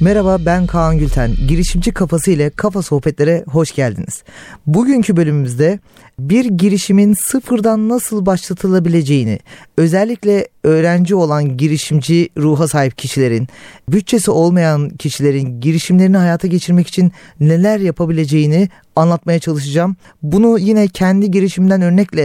Merhaba, ben Kaan Gülten. Girişimci kafası ile Kafa Sohbetlere hoş geldiniz. Bugünkü bölümümüzde bir girişimin sıfırdan nasıl başlatılabileceğini, özellikle öğrenci olan girişimci ruha sahip kişilerin, bütçesi olmayan kişilerin girişimlerini hayata geçirmek için neler yapabileceğini anlatmaya çalışacağım. Bunu yine kendi girişimden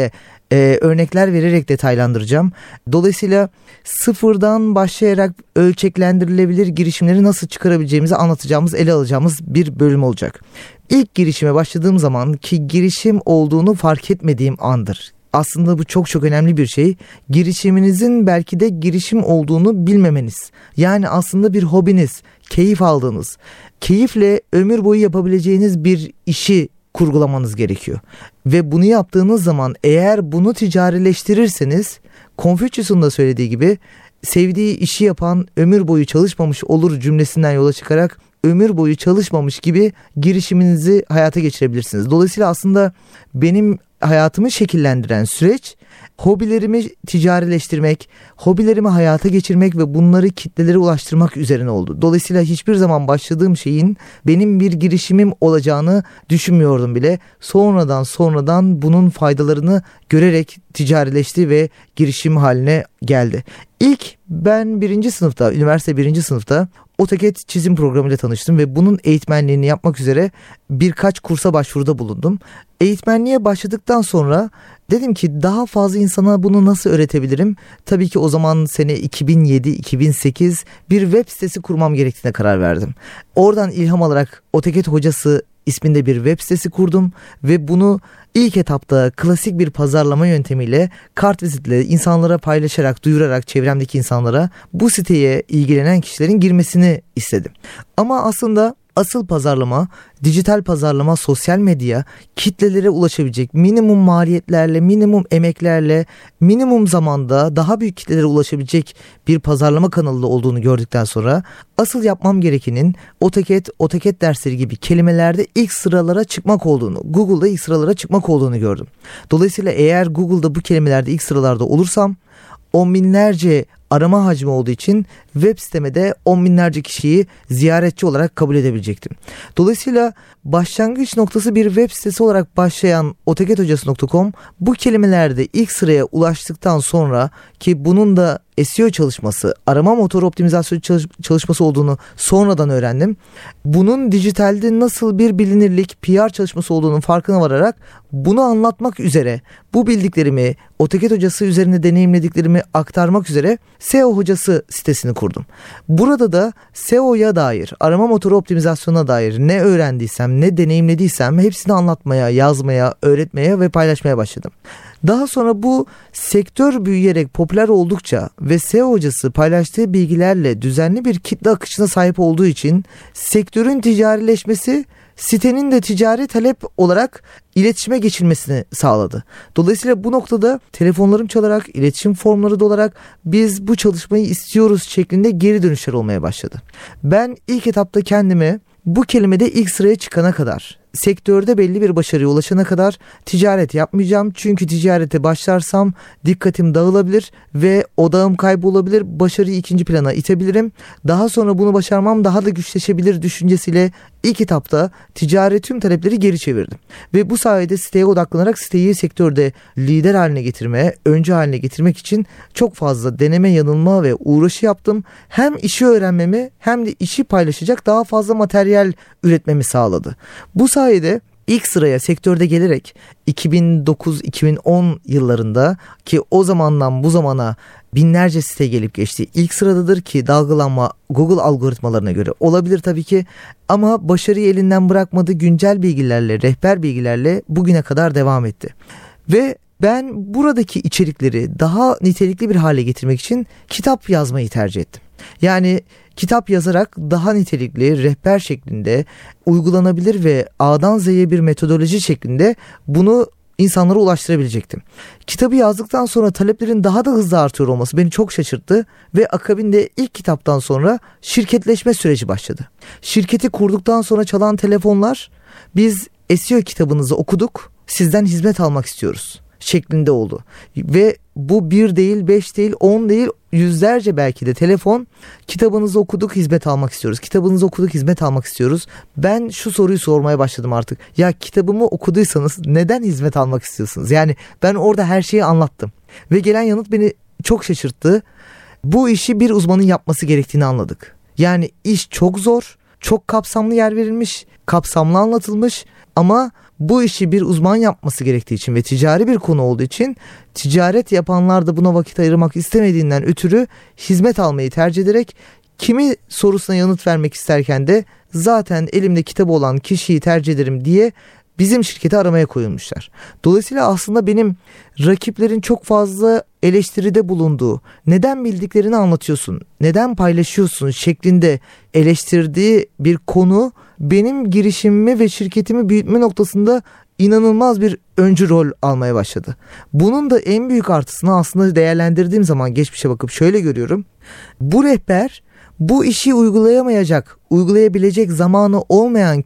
örnekler vererek detaylandıracağım. Dolayısıyla sıfırdan başlayarak ölçeklendirilebilir girişimleri nasıl çıkarabileceğimizi anlatacağımız, ele alacağımız bir bölüm olacak. İlk girişime başladığım zaman ki girişim olduğunu fark etmediğim andır. Aslında bu çok çok önemli bir şey. Girişiminizin belki de girişim olduğunu bilmemeniz. Yani aslında bir hobiniz, keyif aldığınız, keyifle ömür boyu yapabileceğiniz bir işi kurgulamanız gerekiyor. Ve bunu yaptığınız zaman eğer bunu ticarileştirirseniz, Confucius'un da söylediği gibi sevdiği işi yapan ömür boyu çalışmamış olur cümlesinden yola çıkarak ömür boyu çalışmamış gibi girişiminizi hayata geçirebilirsiniz. Dolayısıyla aslında benim hayatımı şekillendiren süreç hobilerimi ticarileştirmek, hobilerimi hayata geçirmek ve bunları kitlelere ulaştırmak üzerine oldu. Dolayısıyla hiçbir zaman başladığım şeyin benim bir girişimim olacağını düşünmüyordum bile. Sonradan bunun faydalarını görerek ticarileşti ve girişim haline geldi. İlk ben üniversite 1. sınıfta AutoCAD çizim programıyla tanıştım ve bunun eğitmenliğini yapmak üzere birkaç kursa başvuruda bulundum. Eğitmenliğe başladıktan sonra dedim ki daha fazla insana bunu nasıl öğretebilirim? Tabii ki o zaman sene 2007-2008 bir web sitesi kurmam gerektiğine karar verdim. Oradan ilham alarak AutoCAD hocası isminde bir web sitesi kurdum ve bunu ilk etapta klasik bir pazarlama yöntemiyle kartvizitle insanlara paylaşarak, duyurarak çevremdeki insanlara bu siteye ilgilenen kişilerin girmesini istedim. Ama aslında asıl pazarlama, dijital pazarlama, sosyal medya, kitlelere ulaşabilecek minimum maliyetlerle, minimum emeklerle, minimum zamanda daha büyük kitlelere ulaşabilecek bir pazarlama kanalı olduğunu gördükten sonra asıl yapmam gerekenin AutoCAD dersleri gibi kelimelerde ilk sıralara çıkmak olduğunu, Google'da ilk sıralara çıkmak olduğunu gördüm. Dolayısıyla eğer Google'da bu kelimelerde ilk sıralarda olursam on binlerce arama hacmi olduğu için web siteme de on binlerce kişiyi ziyaretçi olarak kabul edebilecektim. Dolayısıyla başlangıç noktası bir web sitesi olarak başlayan AutoCADhocası.com bu kelimelerde ilk sıraya ulaştıktan sonra ki bunun da SEO çalışması, arama motoru optimizasyonu çalışması olduğunu sonradan öğrendim. Bunun dijitalde nasıl bir bilinirlik, PR çalışması olduğunun farkına vararak bunu anlatmak üzere bu bildiklerimi AutoCAD hocası üzerinde deneyimlediklerimi aktarmak üzere SEO hocası sitesini kurdum. Burada da SEO'ya dair, arama motoru optimizasyonuna dair ne öğrendiysem, ne deneyimlediysem hepsini anlatmaya, yazmaya, öğretmeye ve paylaşmaya başladım. Daha sonra bu sektör büyüyerek popüler oldukça ve SEO hocası paylaştığı bilgilerle düzenli bir kitle akışına sahip olduğu için sektörün ticarileşmesi sitenin de ticari talep olarak iletişime geçilmesini sağladı. Dolayısıyla bu noktada telefonlarım çalarak, iletişim formları dolarak biz bu çalışmayı istiyoruz şeklinde geri dönüşler olmaya başladı. Ben ilk etapta kendime bu kelimede ilk sıraya çıkana kadar, sektörde belli bir başarıya ulaşana kadar ticaret yapmayacağım. Çünkü ticarete başlarsam dikkatim dağılabilir ve odağım kaybolabilir. Başarıyı ikinci plana itebilirim. Daha sonra bunu başarmam daha da güçleşebilir düşüncesiyle ilk etapta ticari tüm talepleri geri çevirdim. Ve bu sayede siteye odaklanarak siteyi sektörde lider haline getirmeye, öncü haline getirmek için çok fazla deneme, yanılma ve uğraşı yaptım. Hem işi öğrenmemi hem de işi paylaşacak daha fazla materyal üretmemi sağladı. Bu sayede ilk sıraya sektörde gelerek 2009-2010 yıllarında ki o zamandan bu zamana binlerce site gelip geçti. İlk sıradadır ki dalgalanma Google algoritmalarına göre olabilir tabii ki ama başarıyı elinden bırakmadı, güncel bilgilerle, rehber bilgilerle bugüne kadar devam etti. Ve ben buradaki içerikleri daha nitelikli bir hale getirmek için kitap yazmayı tercih ettim. Yani kitap yazarak daha nitelikli, rehber şeklinde, uygulanabilir ve A'dan Z'ye bir metodoloji şeklinde bunu insanlara ulaştırabilecektim. Kitabı yazdıktan sonra taleplerin daha da hızlı artıyor olması beni çok şaşırttı ve akabinde ilk kitaptan sonra şirketleşme süreci başladı. Şirketi kurduktan sonra çalan telefonlar, biz SEO kitabınızı okuduk, sizden hizmet almak istiyoruz şeklinde oldu. Ve bu 1 değil, 5 değil, 10 değil, yüzlerce belki de telefon. Kitabınızı okuduk, hizmet almak istiyoruz. Kitabınızı okuduk, hizmet almak istiyoruz. Ben şu soruyu sormaya başladım artık. Ya kitabımı okuduysanız neden hizmet almak istiyorsunuz? Yani ben orada her şeyi anlattım. Ve gelen yanıt beni çok şaşırttı. Bu işi bir uzmanın yapması gerektiğini anladık. Yani iş çok zor, çok kapsamlı yer verilmiş, kapsamlı anlatılmış ama bu işi bir uzman yapması gerektiği için ve ticari bir konu olduğu için ticaret yapanlar da buna vakit ayırmak istemediğinden ötürü hizmet almayı tercih ederek kimi sorusuna yanıt vermek isterken de zaten elimde kitabı olan kişiyi tercih ederim diye bizim şirketi aramaya koyulmuşlar. Dolayısıyla aslında benim rakiplerin çok fazla eleştiride bulunduğu, neden bildiklerini anlatıyorsun, neden paylaşıyorsun şeklinde eleştirdiği bir konu benim girişimimi ve şirketimi büyütme noktasında inanılmaz bir öncü rol almaya başladı. Bunun da en büyük artısını aslında değerlendirdiğim zaman geçmişe bakıp şöyle görüyorum. Bu rehber bu işi uygulayabilecek zamanı olmayan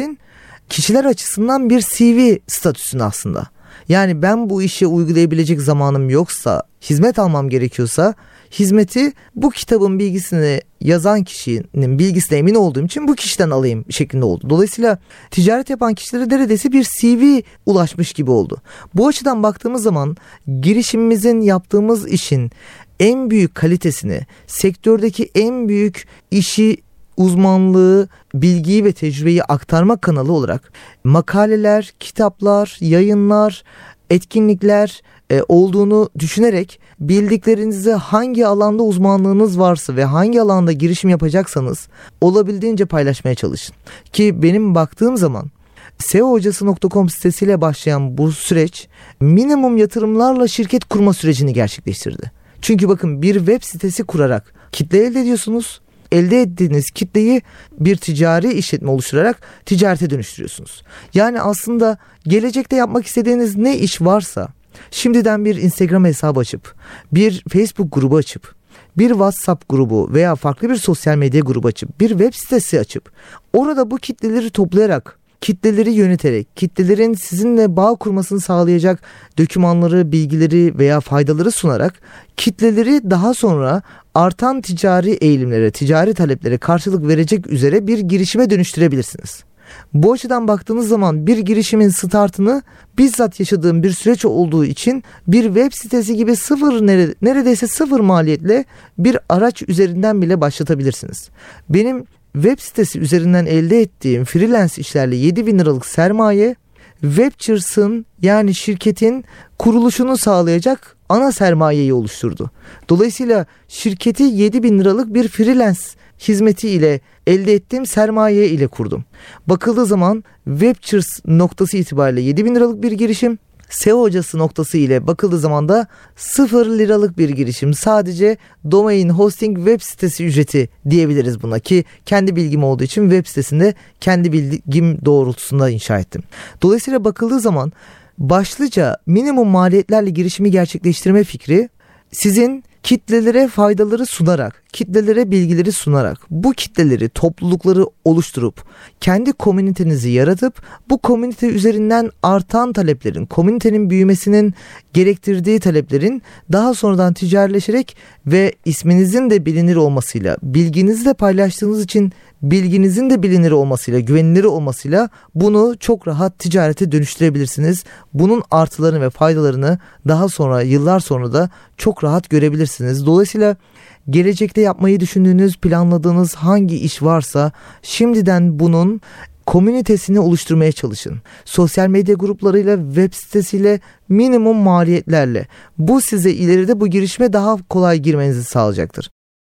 kişiler açısından bir CV statüsünde aslında. Yani ben bu işi uygulayabilecek zamanım yoksa, hizmet almam gerekiyorsa, hizmeti bu kitabın bilgisini yazan kişinin bilgisine emin olduğum için bu kişiden alayım şeklinde oldu. Dolayısıyla ticaret yapan kişilere neredeyse bir CV ulaşmış gibi oldu. Bu açıdan baktığımız zaman girişimimizin, yaptığımız işin en büyük kalitesini, sektördeki en büyük işi, uzmanlığı, bilgiyi ve tecrübeyi aktarma kanalı olarak makaleler, kitaplar, yayınlar, etkinlikler olduğunu düşünerek bildiklerinizi, hangi alanda uzmanlığınız varsa ve hangi alanda girişim yapacaksanız olabildiğince paylaşmaya çalışın. Ki benim baktığım zaman seohocası.com sitesiyle başlayan bu süreç minimum yatırımlarla şirket kurma sürecini gerçekleştirdi. Çünkü bakın, bir web sitesi kurarak kitle elde ediyorsunuz. Elde ettiğiniz kitleyi bir ticari işletme oluşturarak ticarete dönüştürüyorsunuz. Yani aslında gelecekte yapmak istediğiniz ne iş varsa şimdiden bir Instagram hesabı açıp, bir Facebook grubu açıp, bir WhatsApp grubu veya farklı bir sosyal medya grubu açıp, bir web sitesi açıp orada bu kitleleri toplayarak, kitleleri yöneterek, kitlelerin sizinle bağ kurmasını sağlayacak dokümanları, bilgileri veya faydaları sunarak kitleleri daha sonra artan ticari eğilimlere, ticari taleplere karşılık verecek üzere bir girişime dönüştürebilirsiniz. Bu açıdan baktığınız zaman bir girişimin startını bizzat yaşadığım bir süreç olduğu için bir web sitesi gibi neredeyse sıfır maliyetle bir araç üzerinden bile başlatabilirsiniz. Benim web sitesi üzerinden elde ettiğim freelance işlerle 7.000 liralık sermaye, Webchers'ın, yani şirketin kuruluşunu sağlayacak ana sermayeyi oluşturdu. Dolayısıyla şirketi 7.000 liralık bir freelance hizmeti ile elde ettiğim sermaye ile kurdum. Bakıldığı zaman Webchers noktası itibariyle 7.000 liralık bir girişim, SEO hocası noktası ile bakıldığı zaman da 0 liralık bir girişim. Sadece domain, hosting, web sitesi ücreti diyebiliriz buna, ki kendi bilgim olduğu için web sitesinde kendi bilgim doğrultusunda inşa ettim. Dolayısıyla bakıldığı zaman başlıca minimum maliyetlerle girişimi gerçekleştirme fikri sizin kitlelere faydaları sunarak, kitlelere bilgileri sunarak, bu kitleleri, toplulukları oluşturup, kendi komünitenizi yaratıp, bu komünite üzerinden artan taleplerin, komünitenin büyümesinin gerektirdiği taleplerin daha sonradan ticarileşerek ve isminizin de bilinir olmasıyla, bilginizi de paylaştığınız için bilginizin de bilinir olmasıyla, güvenilir olmasıyla bunu çok rahat ticarete dönüştürebilirsiniz. Bunun artılarını ve faydalarını daha sonra, yıllar sonra da çok rahat görebilirsiniz. Dolayısıyla gelecekte yapmayı düşündüğünüz, planladığınız hangi iş varsa şimdiden bunun komünitesini oluşturmaya çalışın. Sosyal medya gruplarıyla, web sitesiyle, minimum maliyetlerle. Bu size ileride bu girişime daha kolay girmenizi sağlayacaktır.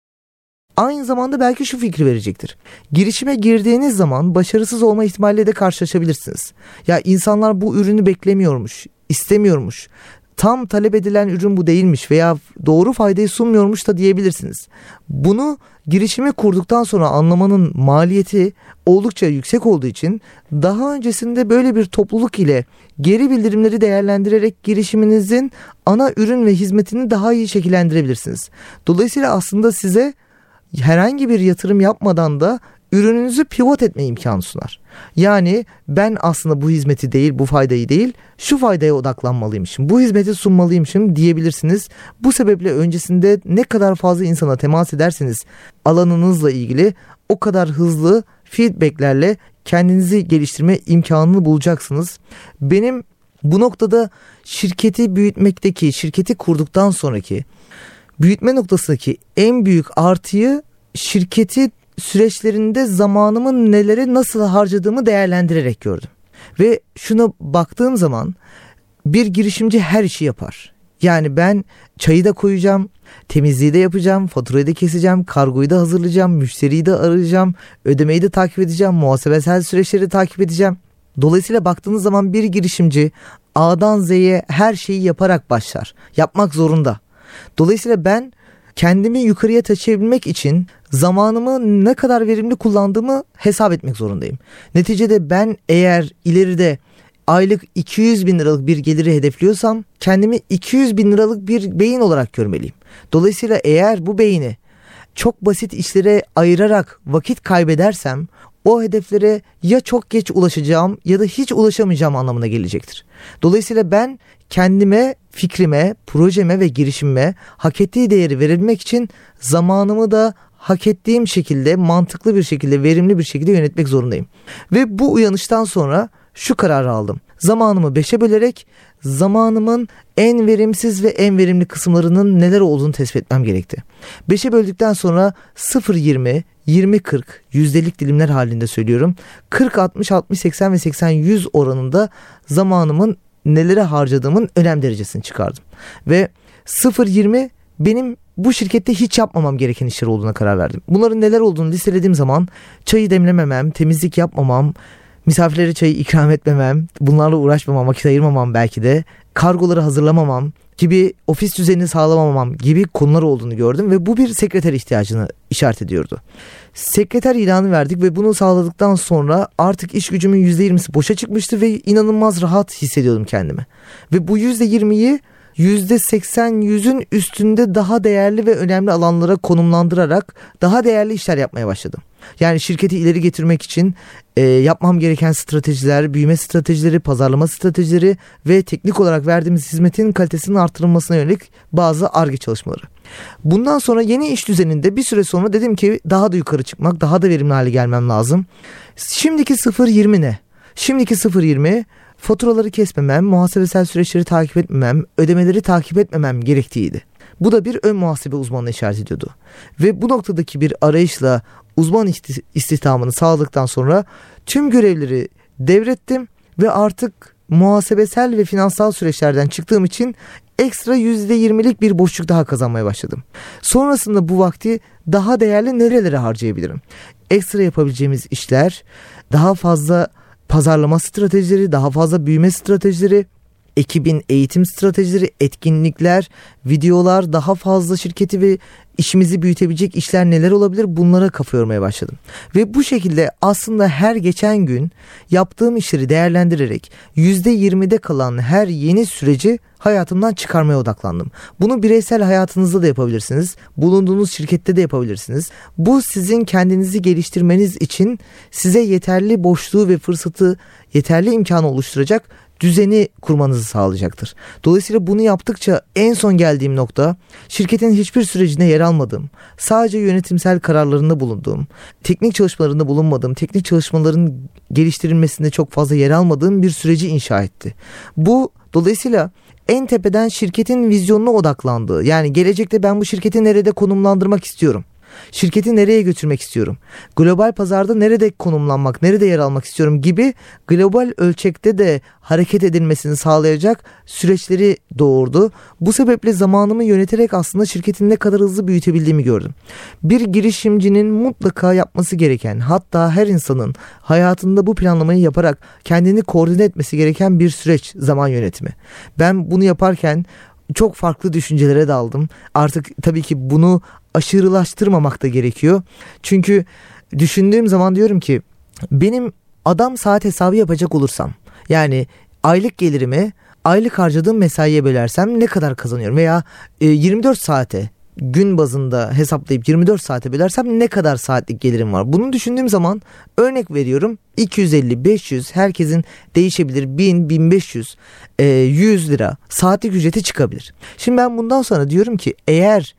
Aynı zamanda belki şu fikri verecektir. Girişime girdiğiniz zaman başarısız olma ihtimaliyle de karşılaşabilirsiniz. Ya insanlar bu ürünü beklemiyormuş, istemiyormuş. Tam talep edilen ürün bu değilmiş veya doğru faydayı sunmuyormuş da diyebilirsiniz. Bunu girişimi kurduktan sonra anlamanın maliyeti oldukça yüksek olduğu için daha öncesinde böyle bir topluluk ile geri bildirimleri değerlendirerek girişiminizin ana ürün ve hizmetini daha iyi şekillendirebilirsiniz. Dolayısıyla aslında size herhangi bir yatırım yapmadan da ürününüzü pivot etme imkanı sunar. Yani ben aslında bu hizmeti değil, bu faydayı değil, şu faydaya odaklanmalıymışım, bu hizmeti sunmalıymışım diyebilirsiniz. Bu sebeple öncesinde ne kadar fazla insana temas ederseniz alanınızla ilgili o kadar hızlı feedbacklerle kendinizi geliştirme imkanını bulacaksınız. Benim bu noktada şirketi büyütmekteki, şirketi kurduktan sonraki büyütme noktasındaki en büyük artıyı şirketi süreçlerinde zamanımı nelere nasıl harcadığımı değerlendirerek gördüm. Ve şuna baktığım zaman bir girişimci her işi yapar. Yani ben çayı da koyacağım, temizliği de yapacağım, faturayı da keseceğim, kargoyu da hazırlayacağım, müşteriyi de arayacağım, ödemeyi de takip edeceğim, muhasebesel süreçleri de takip edeceğim. Dolayısıyla baktığınız zaman bir girişimci A'dan Z'ye her şeyi yaparak başlar. Yapmak zorunda. Dolayısıyla ben kendimi yukarıya taşıyabilmek için zamanımı ne kadar verimli kullandığımı hesap etmek zorundayım. Neticede ben eğer ileride aylık 200 bin liralık bir geliri hedefliyorsam kendimi 200 bin liralık bir beyin olarak görmeliyim. Dolayısıyla eğer bu beyni çok basit işlere ayırarak vakit kaybedersem o hedeflere ya çok geç ulaşacağım ya da hiç ulaşamayacağım anlamına gelecektir. Dolayısıyla ben kendime, fikrime, projeme ve girişimime hak ettiği değeri verebilmek için zamanımı da hak ettiğim şekilde, mantıklı bir şekilde, verimli bir şekilde yönetmek zorundayım. Ve bu uyanıştan sonra şu kararı aldım. Zamanımı 5'e bölerek zamanımın en verimsiz ve en verimli kısımlarının neler olduğunu tespit etmem gerekti. 5'e böldükten sonra 0-20, 20-40 yüzdelik dilimler halinde söylüyorum. 40-60, 60-80 ve 80-100 oranında zamanımın nelere harcadığımın önem derecesini çıkardım. Ve 0-20 benim bu şirkette hiç yapmamam gereken işler olduğuna karar verdim. Bunların neler olduğunu listelediğim zaman çayı demlememem, temizlik yapmamam, misafirlere çayı ikram etmemem, bunlarla uğraşmamam, vakit ayırmamam belki de, kargoları hazırlamamam gibi, ofis düzenini sağlamamam gibi konular olduğunu gördüm ve bu bir sekreter ihtiyacını işaret ediyordu. Sekreter ilanı verdik ve bunu sağladıktan sonra artık iş gücümün %20'si boşa çıkmıştı ve inanılmaz rahat hissediyordum kendimi. Ve bu %20'yi %80-100'ün üstünde daha değerli ve önemli alanlara konumlandırarak daha değerli işler yapmaya başladım. Yani şirketi ileri getirmek için yapmam gereken stratejiler, büyüme stratejileri, pazarlama stratejileri ve teknik olarak verdiğimiz hizmetin kalitesinin artırılmasına yönelik bazı Ar-Ge çalışmaları. Bundan sonra yeni iş düzeninde bir süre sonra dedim ki daha da yukarı çıkmak, daha da verimli hale gelmem lazım. Şimdiki 0-20 ne? Şimdiki 0-20 faturaları kesmemem, muhasebesel süreçleri takip etmemem, ödemeleri takip etmemem gerektiğiydi. Bu da bir ön muhasebe uzmanına işaret ediyordu. Ve bu noktadaki bir arayışla uzman istihdamını sağladıktan sonra tüm görevleri devrettim ve artık muhasebesel ve finansal süreçlerden çıktığım için ekstra %20'lik bir boşluk daha kazanmaya başladım. Sonrasında bu vakti daha değerli nerelere harcayabilirim? Ekstra yapabileceğimiz işler, daha fazla pazarlama stratejileri, daha fazla büyüme stratejileri, ekibin eğitim stratejileri, etkinlikler, videolar, daha fazla şirketi ve işimizi büyütebilecek işler neler olabilir, bunlara kafa yormaya başladım. Ve bu şekilde aslında her geçen gün yaptığım işleri değerlendirerek %20'de kalan her yeni süreci hayatımdan çıkarmaya odaklandım. Bunu bireysel hayatınızda da yapabilirsiniz. Bulunduğunuz şirkette de yapabilirsiniz. Bu sizin kendinizi geliştirmeniz için size yeterli boşluğu ve fırsatı, yeterli imkanı oluşturacak düzeni kurmanızı sağlayacaktır. Dolayısıyla bunu yaptıkça en son geldiğim nokta, şirketin hiçbir sürecine yer almadığım, sadece yönetimsel kararlarında bulunduğum, teknik çalışmalarında bulunmadığım, teknik çalışmaların geliştirilmesinde çok fazla yer almadığım bir süreci inşa etti. Bu dolayısıyla en tepeden şirketin vizyonuna odaklandığı, yani gelecekte ben bu şirketi nerede konumlandırmak istiyorum? Şirketi nereye götürmek istiyorum? Global pazarda nerede konumlanmak, nerede yer almak istiyorum gibi global ölçekte de hareket edilmesini sağlayacak süreçleri doğurdu. Bu sebeple zamanımı yöneterek aslında şirketin ne kadar hızlı büyütebildiğimi gördüm. Bir girişimcinin mutlaka yapması gereken, hatta her insanın hayatında bu planlamayı yaparak kendini koordine etmesi gereken bir süreç zaman yönetimi. Ben bunu yaparken çok farklı düşüncelere daldım. Artık tabii ki bunu aşırılaştırmamak da gerekiyor. Çünkü düşündüğüm zaman diyorum ki benim adam saat hesabı yapacak olursam, yani aylık gelirimi aylık harcadığım mesaiye bölersem ne kadar kazanıyorum? Veya 24 saate gün bazında hesaplayıp 24 saate bölersem ne kadar saatlik gelirim var? Bunu düşündüğüm zaman örnek veriyorum 250, 500 herkesin değişebilir 1000, 1500, 100 lira saatlik ücreti çıkabilir. Şimdi ben bundan sonra diyorum ki eğer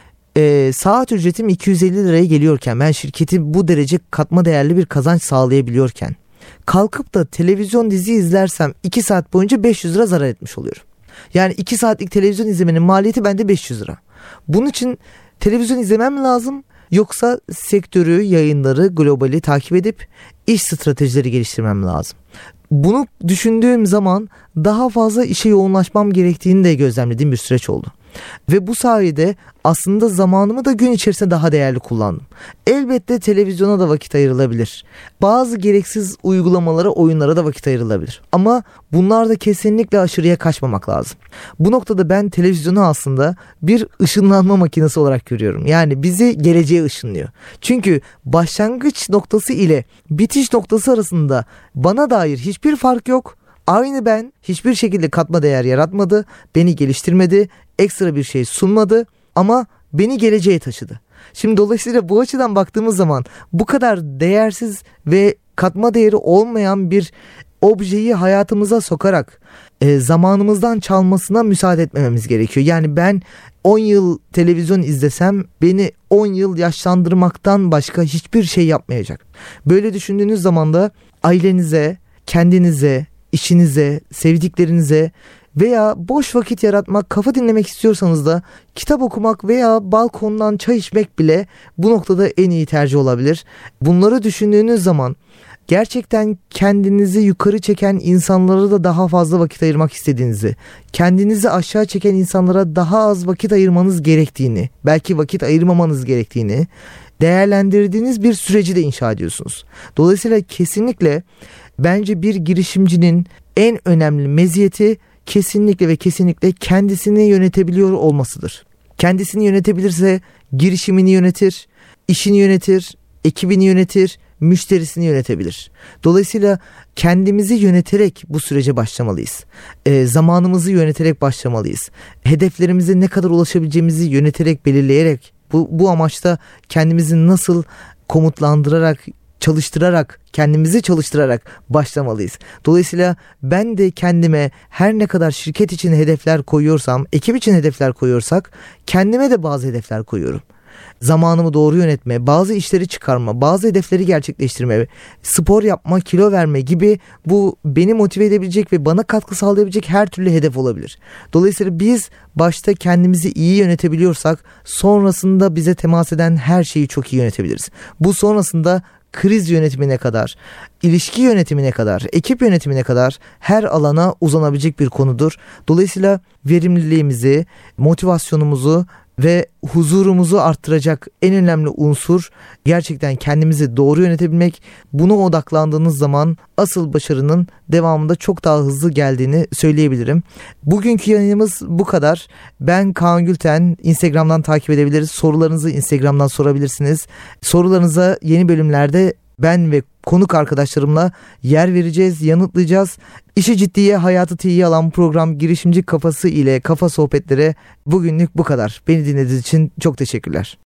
saat ücretim 250 liraya geliyorken ben şirketi bu derece katma değerli bir kazanç sağlayabiliyorken kalkıp da televizyon dizi izlersem 2 saat boyunca 500 lira zarar etmiş oluyorum. Yani 2 saatlik televizyon izlemenin maliyeti bende 500 lira. Bunun için televizyon izlemem mi lazım? Yoksa sektörü, yayınları, globali takip edip iş stratejileri geliştirmem lazım. Bunu düşündüğüm zaman daha fazla işe yoğunlaşmam gerektiğini de gözlemlediğim bir süreç oldu. Ve bu sayede aslında zamanımı da gün içerisinde daha değerli kullandım. Elbette televizyona da vakit ayrılabilir. Bazı gereksiz uygulamalara, oyunlara da vakit ayrılabilir. Ama bunlar da kesinlikle aşırıya kaçmamak lazım. Bu noktada ben televizyonu aslında bir ışınlanma makinesi olarak görüyorum. Yani bizi geleceğe ışınlıyor. Çünkü başlangıç noktası ile bitiş noktası arasında bana dair hiçbir fark yok. Aynı ben, hiçbir şekilde katma değer yaratmadı, beni geliştirmedi, ekstra bir şey sunmadı ama beni geleceğe taşıdı. Şimdi dolayısıyla bu açıdan baktığımız zaman bu kadar değersiz ve katma değeri olmayan bir objeyi hayatımıza sokarak zamanımızdan çalmasına müsaade etmememiz gerekiyor. Yani ben 10 yıl televizyon izlesem beni 10 yıl yaşlandırmaktan başka hiçbir şey yapmayacak. Böyle düşündüğünüz zaman da ailenize, kendinize, işinize, sevdiklerinize veya boş vakit yaratmak, kafa dinlemek istiyorsanız da kitap okumak veya balkondan çay içmek bile bu noktada en iyi tercih olabilir. Bunları düşündüğünüz zaman gerçekten kendinizi yukarı çeken insanlara da daha fazla vakit ayırmak istediğinizi, kendinizi aşağı çeken insanlara daha az vakit ayırmanız gerektiğini, belki vakit ayırmamanız gerektiğini değerlendirdiğiniz bir süreci de inşa ediyorsunuz. Dolayısıyla kesinlikle bence bir girişimcinin en önemli meziyeti kesinlikle ve kesinlikle kendisini yönetebiliyor olmasıdır. Kendisini yönetebilirse girişimini yönetir, işini yönetir, ekibini yönetir, müşterisini yönetebilir. Dolayısıyla kendimizi yöneterek bu sürece başlamalıyız. Zamanımızı yöneterek başlamalıyız. Hedeflerimize ne kadar ulaşabileceğimizi yöneterek, belirleyerek bu amaçta kendimizi nasıl komutlandırarak, çalıştırarak, kendimizi çalıştırarak başlamalıyız. Dolayısıyla ben de kendime her ne kadar şirket için hedefler koyuyorsam, ekip için hedefler koyuyorsak, kendime de bazı hedefler koyuyorum. Zamanımı doğru yönetme, bazı işleri çıkarma, bazı hedefleri gerçekleştirme, spor yapma, kilo verme gibi bu beni motive edebilecek ve bana katkı sağlayabilecek her türlü hedef olabilir. Dolayısıyla biz başta kendimizi iyi yönetebiliyorsak sonrasında bize temas eden her şeyi çok iyi yönetebiliriz. Bu sonrasında kriz yönetimine kadar, ilişki yönetimine kadar, ekip yönetimine kadar her alana uzanabilecek bir konudur. Dolayısıyla verimliliğimizi, motivasyonumuzu ve huzurumuzu arttıracak en önemli unsur gerçekten kendimizi doğru yönetebilmek. Buna odaklandığınız zaman asıl başarının devamında çok daha hızlı geldiğini söyleyebilirim. Bugünkü yayınımız bu kadar. Ben Kaan Gülten. Instagram'dan takip edebiliriz. Sorularınızı Instagram'dan sorabilirsiniz. Sorularınıza yeni bölümlerde ben ve konuk arkadaşlarımla yer vereceğiz, yanıtlayacağız. İşi ciddiye, hayatı tiye alan program Girişimci Kafası ile Kafa Sohbetleri bugünlük bu kadar. Beni dinlediğiniz için çok teşekkürler.